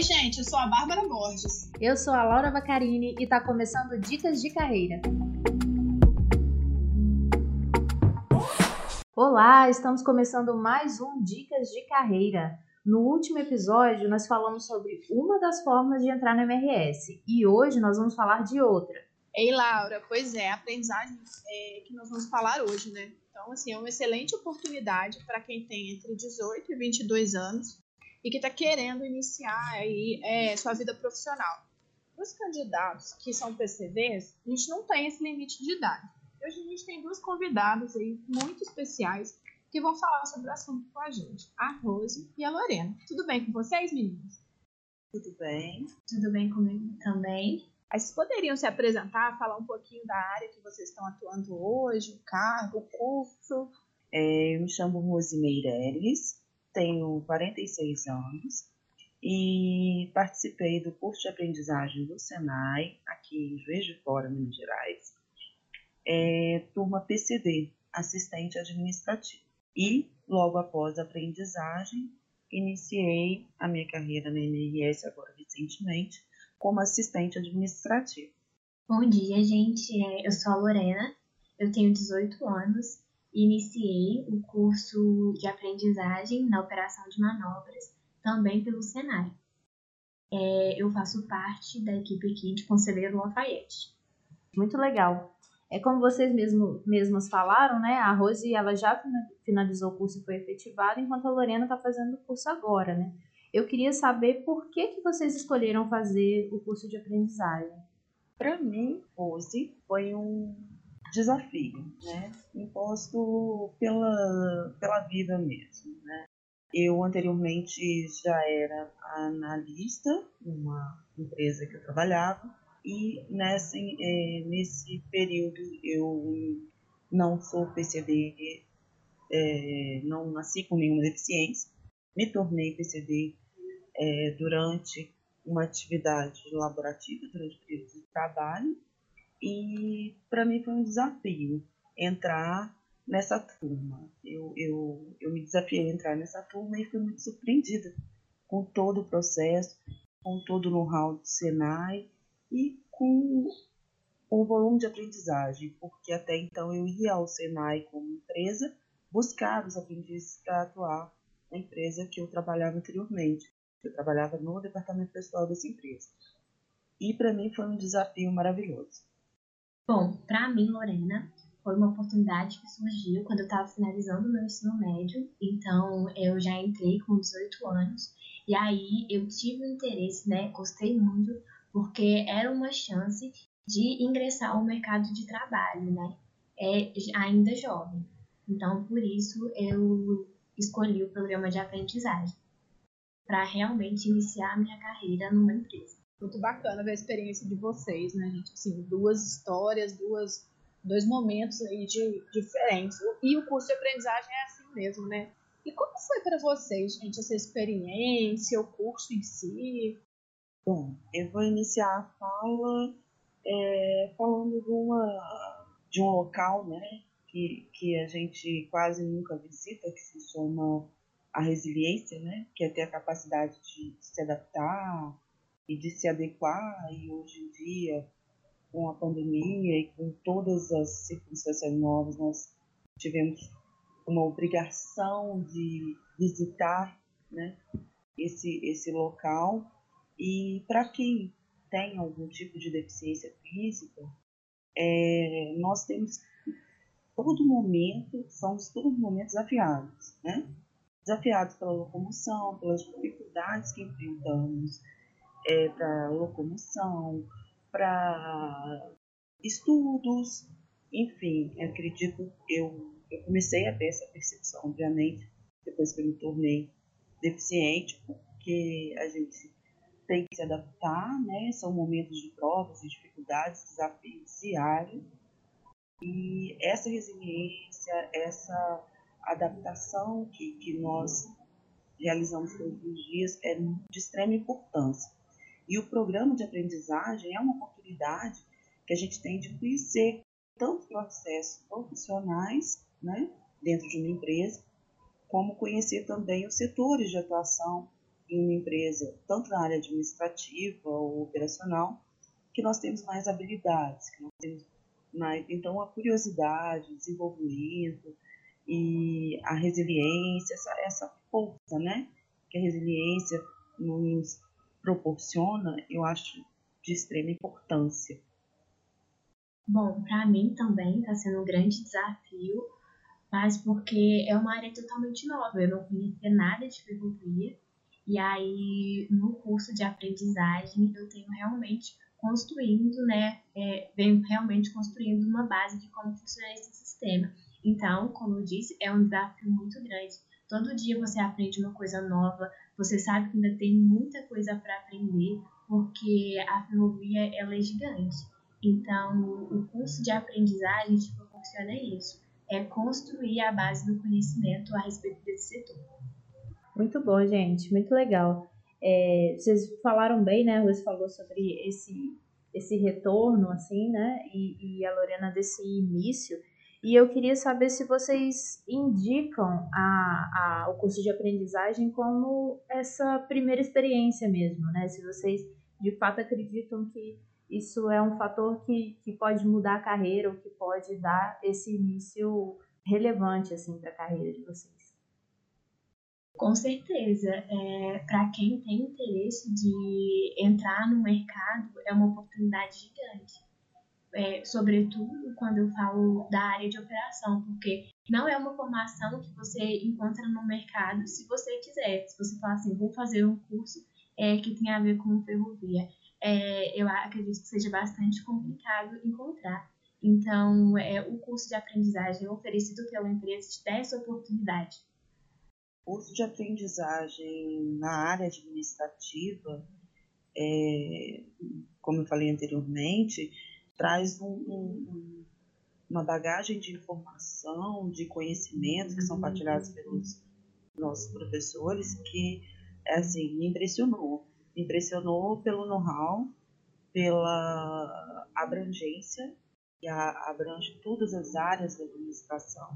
Oi, gente, eu sou a Bárbara Borges. Eu sou a Laura Vacarini e tá começando Dicas de Carreira. Olá, estamos começando mais um Dicas de Carreira. No último episódio, nós falamos sobre uma das formas de entrar no MRS e hoje nós vamos falar de outra. Ei, Laura, pois é, a aprendizagem que nós vamos falar hoje, né? Então, assim, é uma excelente oportunidade para quem tem entre 18 e 22 anos e que está querendo iniciar aí sua vida profissional. Para os candidatos que são PCDs, a gente não tem esse limite de idade. Hoje a gente tem duas convidadas aí muito especiais que vão falar sobre o assunto com a gente, a Rose e a Lorena. Tudo bem com vocês, meninas? Tudo bem. Tudo bem comigo também. Aí vocês poderiam se apresentar, falar um pouquinho da área que vocês estão atuando hoje, o cargo, o curso? Eu me chamo Rose Meireles, tenho 46 anos e participei do curso de aprendizagem do Senai, aqui em Juiz de Fora, Minas Gerais. Turma PCD, assistente administrativo. E, logo após a aprendizagem, iniciei a minha carreira na MRS agora recentemente, como assistente administrativo. Bom dia, gente. Eu sou a Lorena, eu tenho 18 anos e iniciei o curso de aprendizagem na operação de manobras, também pelo Senai. Eu faço parte da equipe aqui de Conselheiro Lafayette. Muito legal. Como vocês mesmas falaram, né? A Rose ela já finalizou o curso e foi efetivada, enquanto a Lorena está fazendo o curso agora, né? Eu queria saber por que vocês escolheram fazer o curso de aprendizagem. Para mim, Rose, foi um desafio, né? Imposto pela vida mesmo, né? Eu anteriormente já era analista numa empresa que eu trabalhava e nesse período eu não sou PCD, não nasci com nenhuma deficiência, me tornei PCD durante uma atividade laborativa, durante o período de trabalho, e para mim foi um desafio entrar nessa turma. Eu me desafiei a entrar nessa turma e fui muito surpreendida com todo o processo, com todo o know-how do Senai e com o volume de aprendizagem, porque até então eu ia ao Senai como empresa buscar os aprendizes para atuar na empresa que eu trabalhava anteriormente. Eu trabalhava no departamento pessoal dessa empresa. E para mim foi um desafio maravilhoso. Bom, para mim, Lorena, foi uma oportunidade que surgiu quando eu estava finalizando o meu ensino médio. Então, eu já entrei com 18 anos. E aí, eu tive um interesse, né? Gostei muito, porque era uma chance de ingressar ao mercado de trabalho, né? Ainda jovem. Então, por isso, eu escolhi o programa de aprendizagem para realmente iniciar a minha carreira numa empresa. Muito bacana ver a experiência de vocês, né, gente? Assim, duas histórias, dois momentos aí diferentes. E o curso de aprendizagem é assim mesmo, né? E como foi para vocês, gente, essa experiência, o curso em si? Bom, eu vou iniciar a fala falando de um local, né, que a gente quase nunca visita, que se chama a resiliência, né, que é ter a capacidade de se adaptar e de se adequar. E hoje em dia, com a pandemia e com todas as circunstâncias novas, nós tivemos uma obrigação de visitar, né, esse local. E para quem tem algum tipo de deficiência física, nós temos somos todo momento desafiados, né? Desafiados pela locomoção, pelas dificuldades que enfrentamos para locomoção, para estudos, enfim, eu acredito que eu comecei a ter essa percepção, obviamente, depois que eu me tornei deficiente, porque a gente tem que se adaptar, né? São momentos de provas e dificuldades, desafios diários, e essa resiliência, essa adaptação que nós realizamos todos os dias é de extrema importância. E o programa de aprendizagem é uma oportunidade que a gente tem de conhecer tanto processos profissionais, né, dentro de uma empresa, como conhecer também os setores de atuação em uma empresa, tanto na área administrativa ou operacional, que nós temos mais habilidades, que nós temos mais, então a curiosidade, o desenvolvimento e a resiliência, essa força, né, que a resiliência nos proporciona, eu acho de extrema importância. Bom, para mim também está sendo um grande desafio, mas porque é uma área totalmente nova, eu não conhecia nada de ferrovia, e aí no curso de aprendizagem eu tenho realmente construindo, né, venho realmente construindo uma base de como funciona esse sistema. Então, como eu disse, é um desafio muito grande. Todo dia você aprende uma coisa nova, você sabe que ainda tem muita coisa para aprender, porque a ferrovia ela é gigante. Então, o curso de aprendizagem te proporciona isso, é construir a base do conhecimento a respeito desse setor. Muito bom, gente, muito legal. Vocês falaram bem, né? Você falou sobre esse retorno, assim, né? E a Lorena desse início. E eu queria saber se vocês indicam o curso de aprendizagem como essa primeira experiência mesmo, né? Se vocês de fato acreditam que isso é um fator que pode mudar a carreira ou que pode dar esse início relevante, assim, para a carreira de vocês. Com certeza, para quem tem interesse de entrar no mercado, é uma oportunidade gigante. Sobretudo quando eu falo da área de operação, porque não é uma formação que você encontra no mercado se você quiser. Se você falar assim, vou fazer um curso que tem a ver com ferrovia, eu acredito que seja bastante complicado encontrar. Então, o curso de aprendizagem oferecido pela empresa te dá essa oportunidade. O curso de aprendizagem na área administrativa, como eu falei anteriormente, traz uma bagagem de informação, de conhecimentos que são partilhados pelos nossos professores que, assim, me impressionou. Me impressionou pelo know-how, pela abrangência, que abrange todas as áreas da administração.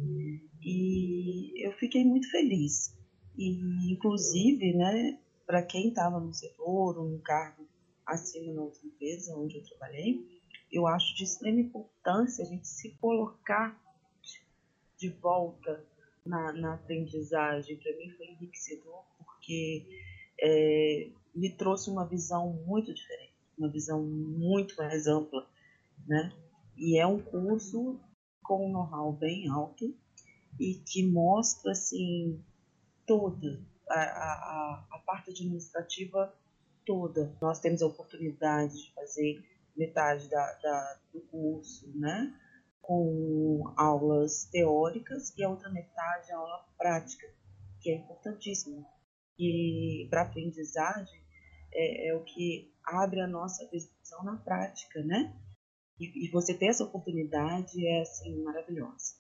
E eu fiquei muito feliz. E, inclusive, né, para quem estava no setor ou no cargo acima na outra empresa onde eu trabalhei, eu acho de extrema importância a gente se colocar de volta na aprendizagem. Para mim foi enriquecedor porque me trouxe uma visão muito diferente, uma visão muito mais ampla, né? E é um curso com um know-how bem alto e que mostra assim toda a parte administrativa toda. Nós temos a oportunidade de fazer metade do curso, né, com aulas teóricas, e a outra metade aula prática, que é importantíssimo. E para aprendizagem é o que abre a nossa visão na prática, né? E você ter essa oportunidade é assim maravilhosa.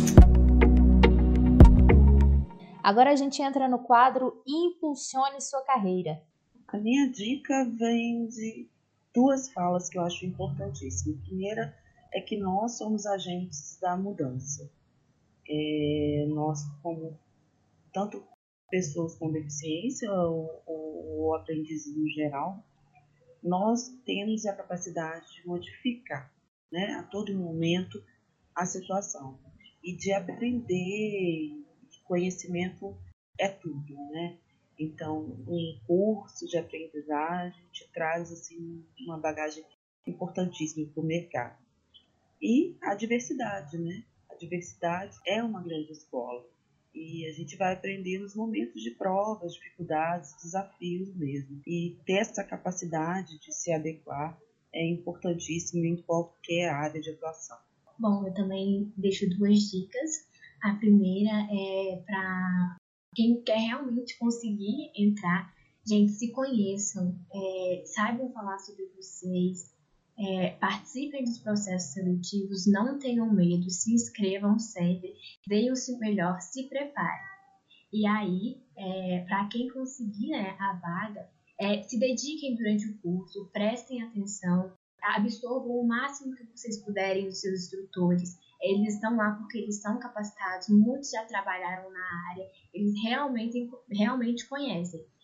Agora a gente entra no quadro Impulsione Sua Carreira. A minha dica vem de duas falas que eu acho importantíssimas. A primeira é que nós somos agentes da mudança. Nós, como tanto pessoas com deficiência ou aprendizes no geral, nós temos a capacidade de modificar, né, a todo momento a situação e de aprender. Conhecimento é tudo, né? Então, um curso de aprendizagem te traz assim uma bagagem importantíssima para o mercado. E a diversidade, né? A diversidade é uma grande escola e a gente vai aprender nos momentos de provas, dificuldades, desafios mesmo. E ter essa capacidade de se adequar é importantíssimo em qualquer área de atuação. Bom, eu também deixo duas dicas. A primeira é para quem quer realmente conseguir entrar. Gente, se conheçam, saibam falar sobre vocês, participem dos processos seletivos, não tenham medo, se inscrevam sempre, deem o seu melhor, se preparem. E aí, para quem conseguir, né, a vaga, se dediquem durante o curso, prestem atenção, absorvam o máximo que vocês puderem dos seus instrutores. Eles estão lá porque eles são capacitados, muitos já trabalharam na área, eles realmente conhecem.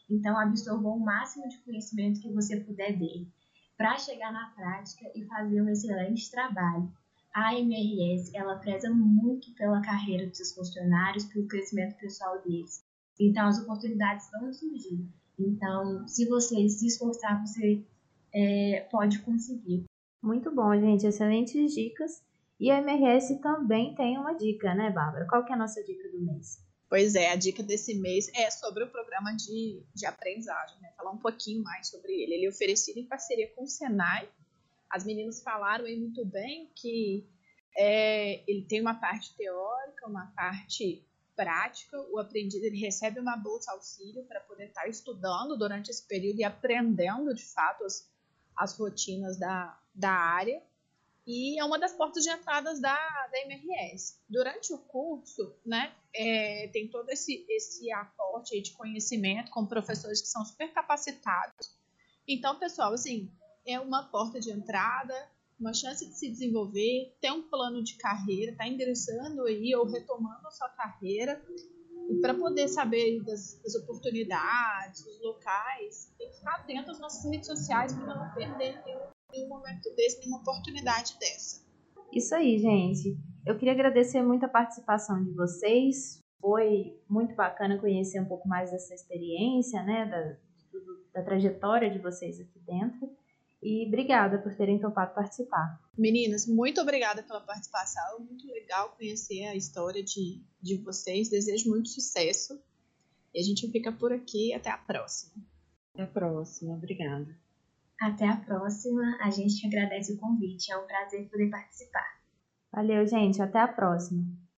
Então, absorva o máximo de conhecimento que você puder dele, para chegar na prática e fazer um excelente trabalho. A MRS, ela preza muito pela carreira dos seus funcionários, pelo crescimento pessoal deles. Então, as oportunidades vão surgir. Então, se você se esforçar, você pode conseguir. Muito bom, gente. Excelentes dicas. E a MRS também tem uma dica, né, Bárbara? Qual que é a nossa dica do mês? Pois é, a dica desse mês é sobre o programa de aprendizagem, né? Falar um pouquinho mais sobre ele. Ele é oferecido em parceria com o Senai. As meninas falaram aí muito bem que ele tem uma parte teórica, uma parte prática. O aprendiz ele recebe uma bolsa auxílio para poder estar estudando durante esse período e aprendendo, de fato, as rotinas da área. E é uma das portas de entradas da MRS. Durante o curso, né, tem todo esse aporte de conhecimento com professores que são super capacitados. Então, pessoal, assim, é uma porta de entrada, uma chance de se desenvolver, ter um plano de carreira, tá endereçando aí ou retomando a sua carreira. E para poder saber das oportunidades, dos locais, tem que ficar atento às nossas redes sociais para não perder nenhum momento desse, nenhuma oportunidade dessa. Isso aí, gente. Eu queria agradecer muito a participação de vocês. Foi muito bacana conhecer um pouco mais dessa experiência, né, da trajetória de vocês aqui dentro. E obrigada por terem topado participar. Meninas, muito obrigada pela participação. Muito legal conhecer a história de vocês. Desejo muito sucesso. E a gente fica por aqui. Até a próxima. Até a próxima. Obrigada. Até a próxima. A gente agradece o convite. É um prazer poder participar. Valeu, gente. Até a próxima.